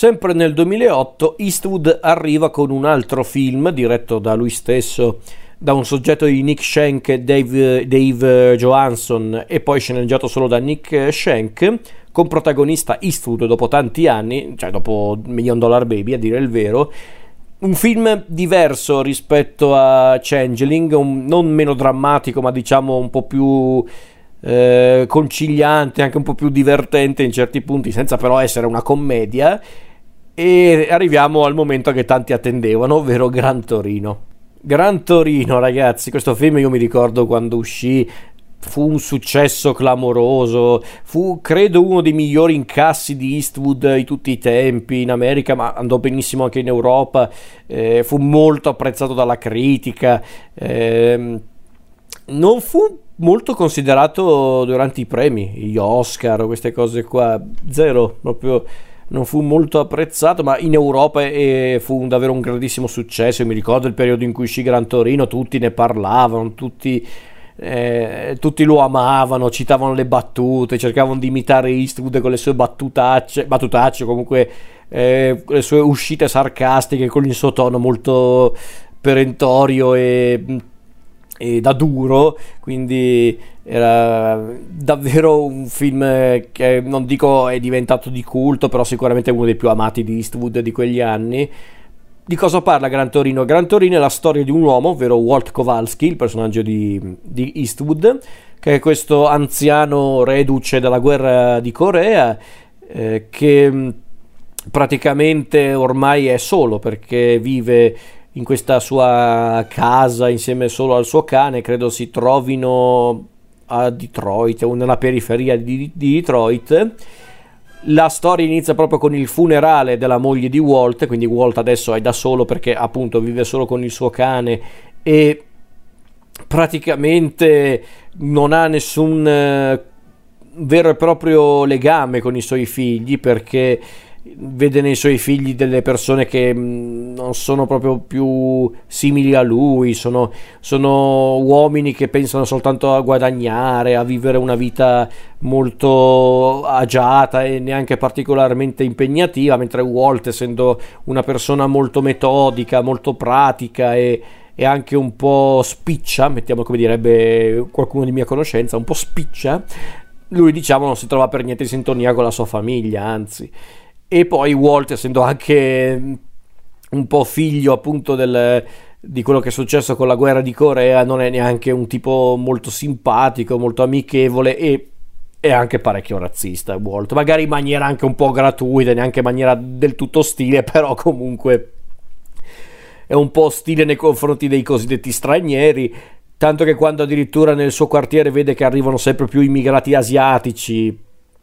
Sempre nel 2008 Eastwood arriva con un altro film diretto da lui stesso, da un soggetto di Nick Schenk e Dave Johansson, e poi sceneggiato solo da Nick Schenk, con protagonista Eastwood dopo tanti anni, cioè dopo $1 Million Baby a dire il vero. Un film diverso rispetto a Changeling, non meno drammatico, ma diciamo un po' più conciliante, anche un po' più divertente in certi punti, senza però essere una commedia. E arriviamo al momento che tanti attendevano, ovvero Gran Torino. Gran Torino, ragazzi, questo film io mi ricordo quando uscì, fu un successo clamoroso, fu credo uno dei migliori incassi di Eastwood di tutti i tempi in America, ma andò benissimo anche in Europa, fu molto apprezzato dalla critica, non fu molto considerato durante i premi, gli Oscar o queste cose qua, zero, proprio non fu molto apprezzato, ma in Europa fu davvero un grandissimo successo. Io mi ricordo il periodo in cui uscì Gran Torino, tutti ne parlavano, tutti lo amavano, citavano le battute, cercavano di imitare Eastwood con le sue battutacce, comunque le sue uscite sarcastiche con il suo tono molto perentorio e da duro, quindi era davvero un film che non dico è diventato di culto, però sicuramente è uno dei più amati di Eastwood di quegli anni. Di cosa parla Gran Torino? Gran Torino è la storia di un uomo, ovvero Walt Kowalski, il personaggio di Eastwood, che è questo anziano reduce dalla guerra di Corea, che praticamente ormai è solo perché vive in questa sua casa insieme solo al suo cane. Credo si trovino a Detroit o nella periferia di Detroit. La storia inizia proprio con il funerale della moglie di Walt, quindi Walt adesso è da solo perché appunto vive solo con il suo cane e praticamente non ha nessun vero e proprio legame con i suoi figli, perché vede nei suoi figli delle persone che non sono proprio più simili a lui, sono uomini che pensano soltanto a guadagnare, a vivere una vita molto agiata e neanche particolarmente impegnativa, mentre Walt, essendo una persona molto metodica, molto pratica e anche un po' spiccia, mettiamo, come direbbe qualcuno di mia conoscenza, un po' spiccia, lui diciamo non si trova per niente in sintonia con la sua famiglia, anzi. E poi Walt, essendo anche un po' figlio appunto di quello che è successo con la guerra di Corea, non è neanche un tipo molto simpatico, molto amichevole e è anche parecchio razzista Walt, magari in maniera anche un po' gratuita, neanche in maniera del tutto ostile, però comunque è un po' ostile nei confronti dei cosiddetti stranieri, tanto che quando addirittura nel suo quartiere vede che arrivano sempre più immigrati asiatici,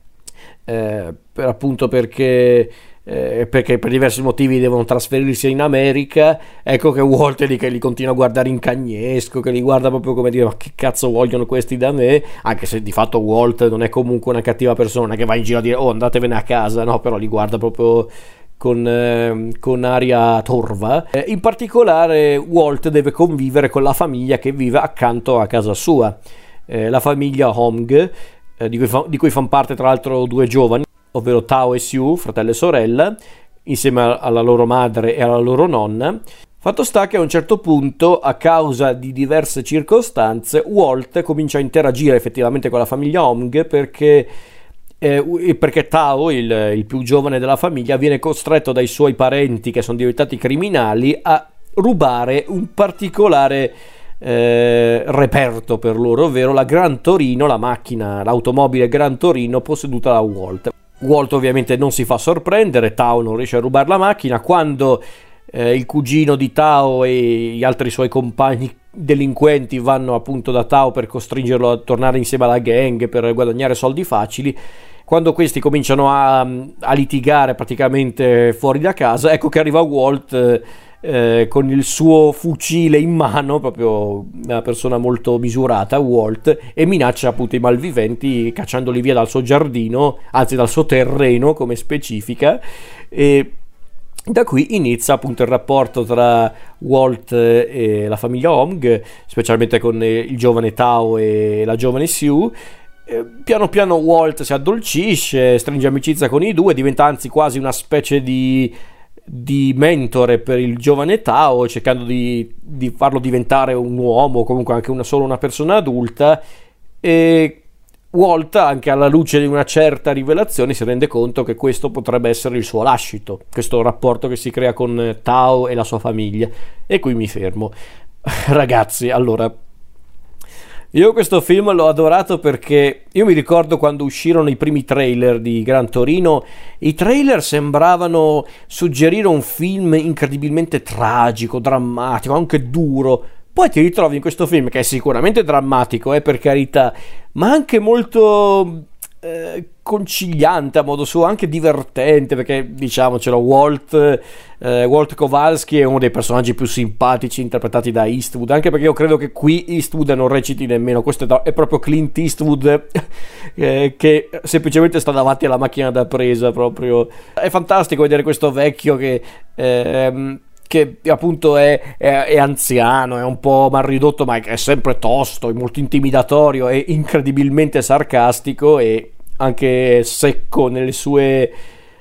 perché per diversi motivi devono trasferirsi in America, ecco che Walt li continua a guardare in cagnesco, che li guarda proprio come dire: ma che cazzo vogliono questi da me? Anche se di fatto Walt non è comunque una cattiva persona che va in giro a dire oh andatevene a casa, no, però li guarda proprio con aria torva. In particolare Walt deve convivere con la famiglia che vive accanto a casa sua, la famiglia Hong, di cui fanno parte tra l'altro due giovani, ovvero Tao e Sue, fratello e sorella, insieme alla loro madre e alla loro nonna. Fatto sta che a un certo punto, a causa di diverse circostanze, Walt comincia a interagire effettivamente con la famiglia Hong perché Tao, il più giovane della famiglia, viene costretto dai suoi parenti che sono diventati criminali a rubare un particolare reperto per loro, ovvero la Gran Torino, l'automobile Gran Torino posseduta da Walt. Walt ovviamente non si fa sorprendere, Tao non riesce a rubare la macchina. Quando il cugino di Tao e gli altri suoi compagni delinquenti vanno appunto da Tao per costringerlo a tornare insieme alla gang per guadagnare soldi facili, quando questi cominciano a litigare praticamente fuori da casa, ecco che arriva Walt con il suo fucile in mano, proprio una persona molto misurata Walt, e minaccia appunto i malviventi cacciandoli via dal suo giardino, anzi dal suo terreno come specifica, e da qui inizia appunto il rapporto tra Walt e la famiglia Hong, specialmente con il giovane Tao e la giovane Sue. Piano piano Walt si addolcisce, stringe amicizia con i due, diventa anzi quasi una specie di mentore per il giovane Tao, cercando di farlo diventare un uomo, comunque anche solo una persona adulta. E Walt, anche alla luce di una certa rivelazione, si rende conto che questo potrebbe essere il suo lascito, questo rapporto che si crea con Tao e la sua famiglia. E qui mi fermo. Ragazzi, allora, io questo film l'ho adorato perché io mi ricordo quando uscirono i primi trailer di Gran Torino, i trailer sembravano suggerire un film incredibilmente tragico, drammatico, anche duro. Poi ti ritrovi in questo film che è sicuramente drammatico, per carità, ma anche molto conciliante a modo suo, anche divertente, perché diciamocelo, Walt Kowalski è uno dei personaggi più simpatici interpretati da Eastwood, anche perché io credo che qui Eastwood non reciti nemmeno, questo è proprio Clint Eastwood che semplicemente sta davanti alla macchina da presa. Proprio è fantastico vedere questo vecchio che appunto è anziano, è un po' mal ridotto, ma è sempre tosto, è molto intimidatorio, è incredibilmente sarcastico e anche secco nelle sue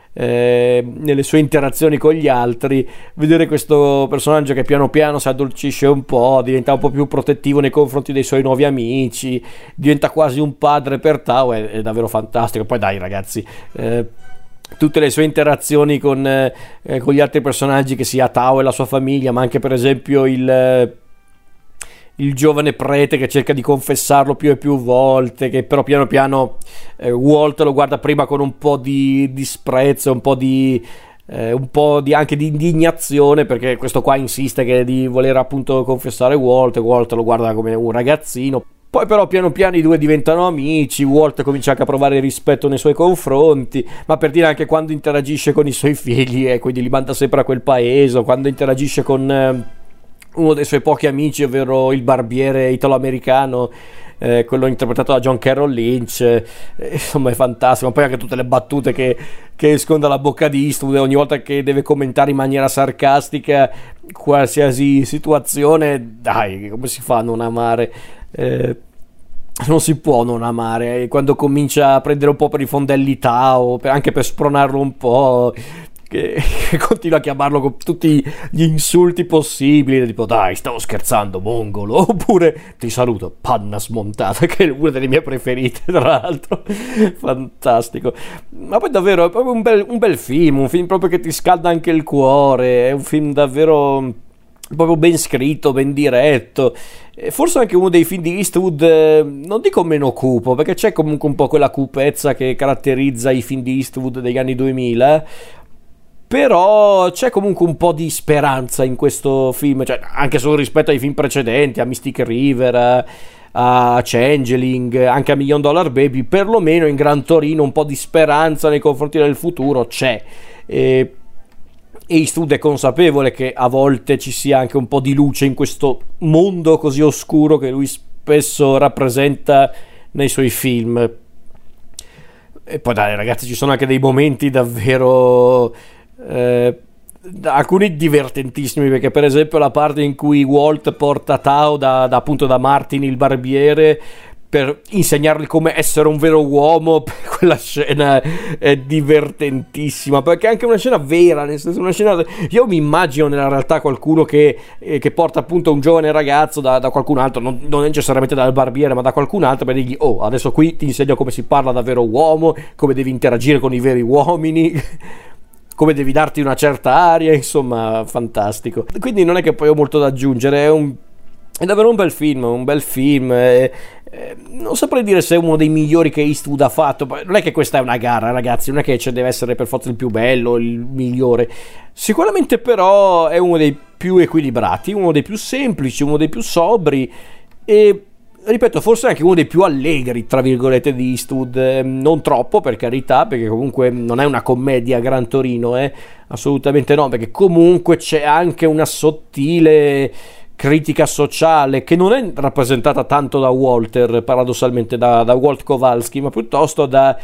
interazioni con gli altri. Vedere questo personaggio che piano piano si addolcisce un po', diventa un po' più protettivo nei confronti dei suoi nuovi amici, diventa quasi un padre per Tao, è davvero fantastico. Poi dai ragazzi, tutte le sue interazioni con gli altri personaggi, che sia Tao e la sua famiglia, ma anche per esempio il giovane prete che cerca di confessarlo più e più volte, che però piano piano Walt lo guarda prima con un po' di disprezzo, un po' di anche di indignazione, perché questo qua insiste di voler appunto confessare Walt lo guarda come un ragazzino. Poi però piano piano i due diventano amici, Walt comincia anche a provare rispetto nei suoi confronti, ma per dire anche quando interagisce con i suoi figli, e quindi li manda sempre a quel paese, quando interagisce con uno dei suoi pochi amici, ovvero il barbiere italo-americano, quello interpretato da John Carroll Lynch, insomma è fantastico. Poi anche tutte le battute che escono dalla bocca di Eastwood ogni volta che deve commentare in maniera sarcastica qualsiasi situazione. Dai, come si fa a non amare? Non si può non amare. Quando comincia a prendere un po' per i fondelli Tao, anche per spronarlo un po', che continua a chiamarlo con tutti gli insulti possibili, tipo dai, stavo scherzando mongolo, oppure ti saluto panna smontata, che è una delle mie preferite tra l'altro. Fantastico. Ma poi davvero è proprio un bel film, un film proprio che ti scalda anche il cuore, è un film davvero proprio ben scritto, ben diretto. Forse anche uno dei film di Eastwood, non dico meno cupo, perché c'è comunque un po' quella cupezza che caratterizza i film di Eastwood degli anni 2000, però c'è comunque un po' di speranza in questo film, cioè anche solo rispetto ai film precedenti, a Mystic River, a Changeling, anche a $1 Million Baby, perlomeno in Gran Torino un po' di speranza nei confronti del futuro c'è. E Eastwood è consapevole che a volte ci sia anche un po' di luce in questo mondo così oscuro che lui spesso rappresenta nei suoi film. E poi dai ragazzi, ci sono anche dei momenti davvero alcuni divertentissimi, perché per esempio la parte in cui Walt porta Tao appunto da Martin il barbiere per insegnargli come essere un vero uomo, quella scena è divertentissima, perché è anche una scena vera, nel senso una scena, io mi immagino nella realtà qualcuno che porta appunto un giovane ragazzo da qualcun altro, non necessariamente dal barbiere ma da qualcun altro, per dirgli oh adesso qui ti insegno come si parla da vero uomo, come devi interagire con i veri uomini, come devi darti una certa aria, insomma fantastico. Quindi non è che poi ho molto da aggiungere, è davvero un bel film, non saprei dire se è uno dei migliori che Eastwood ha fatto. Non è che questa è una gara ragazzi, non è che deve essere per forza il più bello, il migliore, sicuramente però è uno dei più equilibrati, uno dei più semplici, uno dei più sobri e ripeto forse anche uno dei più allegri tra virgolette di Eastwood, non troppo per carità, perché comunque non è una commedia Gran Torino, assolutamente no, perché comunque c'è anche una sottile critica sociale che non è rappresentata tanto da Walter, paradossalmente da Walt Kowalski, ma piuttosto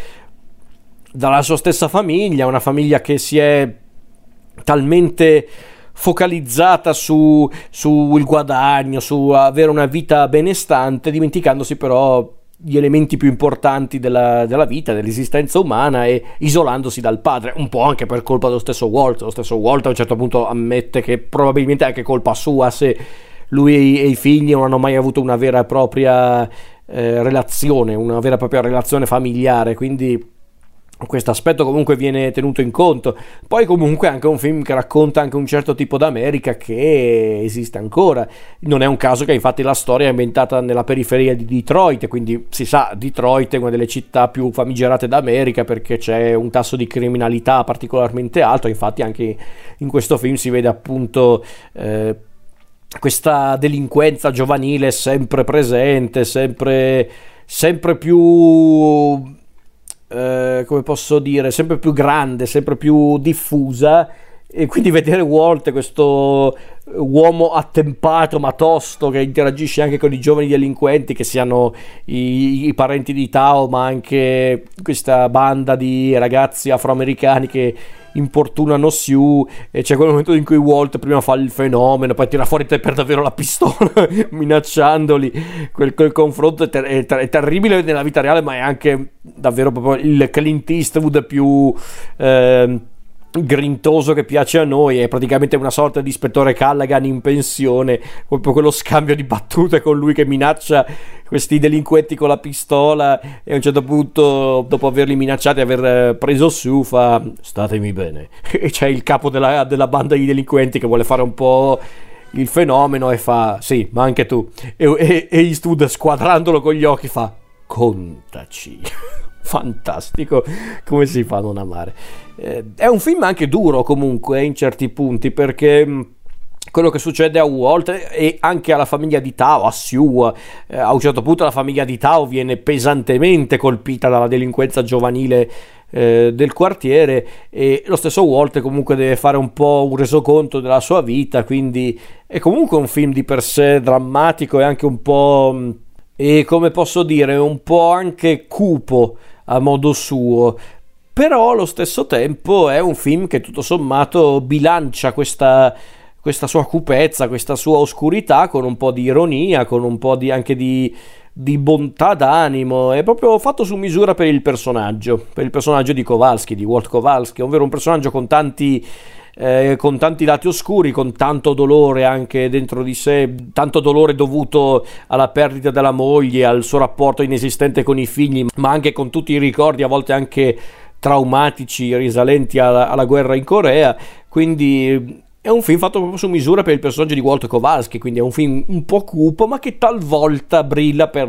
dalla sua stessa famiglia, una famiglia che si è talmente focalizzata sul guadagno, su avere una vita benestante, dimenticandosi però gli elementi più importanti della vita, dell'esistenza umana, e isolandosi dal padre, un po' anche per colpa dello stesso Walt. Lo stesso Walt a un certo punto ammette che probabilmente è anche colpa sua se lui e i figli non hanno mai avuto una vera e propria relazione, una vera e propria relazione familiare, quindi questo aspetto comunque viene tenuto in conto. Poi comunque è anche un film che racconta anche un certo tipo d'America che esiste ancora. Non è un caso che infatti la storia è ambientata nella periferia di Detroit, quindi si sa, Detroit è una delle città più famigerate d'America perché c'è un tasso di criminalità particolarmente alto. Infatti anche in questo film si vede appunto questa delinquenza giovanile sempre presente, sempre più come posso dire, sempre più grande, sempre più diffusa, e quindi vedere Walt, questo uomo attempato ma tosto che interagisce anche con i giovani delinquenti, che siano i parenti di Tao, ma anche questa banda di ragazzi afroamericani che importunano Sue, e c'è quel momento in cui Walt prima fa il fenomeno, poi tira fuori per davvero la pistola minacciandoli. Quel confronto è terribile nella vita reale, ma è anche davvero proprio il Clint Eastwood più grintoso che piace a noi. È praticamente una sorta di ispettore Callaghan in pensione, proprio quello scambio di battute con lui che minaccia questi delinquenti con la pistola, e a un certo punto, dopo averli minacciati e aver preso su, fa statemi bene, e c'è il capo della banda di delinquenti che vuole fare un po' il fenomeno e fa sì, ma anche tu, e Eastwood, squadrandolo con gli occhi, fa contaci. Fantastico, come si fa a non amare. È un film anche duro comunque in certi punti, perché quello che succede a Walt e anche alla famiglia di Tao, a Sue, a un certo punto la famiglia di Tao viene pesantemente colpita dalla delinquenza giovanile del quartiere, e lo stesso Walt comunque deve fare un po' un resoconto della sua vita, quindi è comunque un film di per sé drammatico e anche un po', e come posso dire, un po' anche cupo a modo suo. Però allo stesso tempo è un film che tutto sommato bilancia questa sua cupezza, questa sua oscurità, con un po' di ironia, con un po' anche di bontà d'animo. È proprio fatto su misura per il personaggio di Kowalski, di Walt Kowalski, ovvero un personaggio con tanti lati oscuri, con tanto dolore anche dentro di sé, tanto dolore dovuto alla perdita della moglie, al suo rapporto inesistente con i figli, ma anche con tutti i ricordi, a volte anche traumatici, risalenti alla guerra in Corea. Quindi è un film fatto proprio su misura per il personaggio di Walt Kowalski, quindi è un film un po' cupo, ma che talvolta brilla per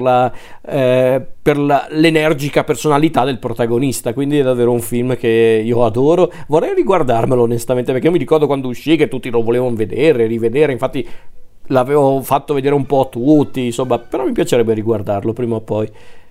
l'energica personalità del protagonista. Quindi è davvero un film che io adoro. Vorrei riguardarmelo onestamente, perché io mi ricordo quando uscì che tutti lo volevano rivedere, infatti l'avevo fatto vedere un po' a tutti, insomma, però mi piacerebbe riguardarlo prima o poi.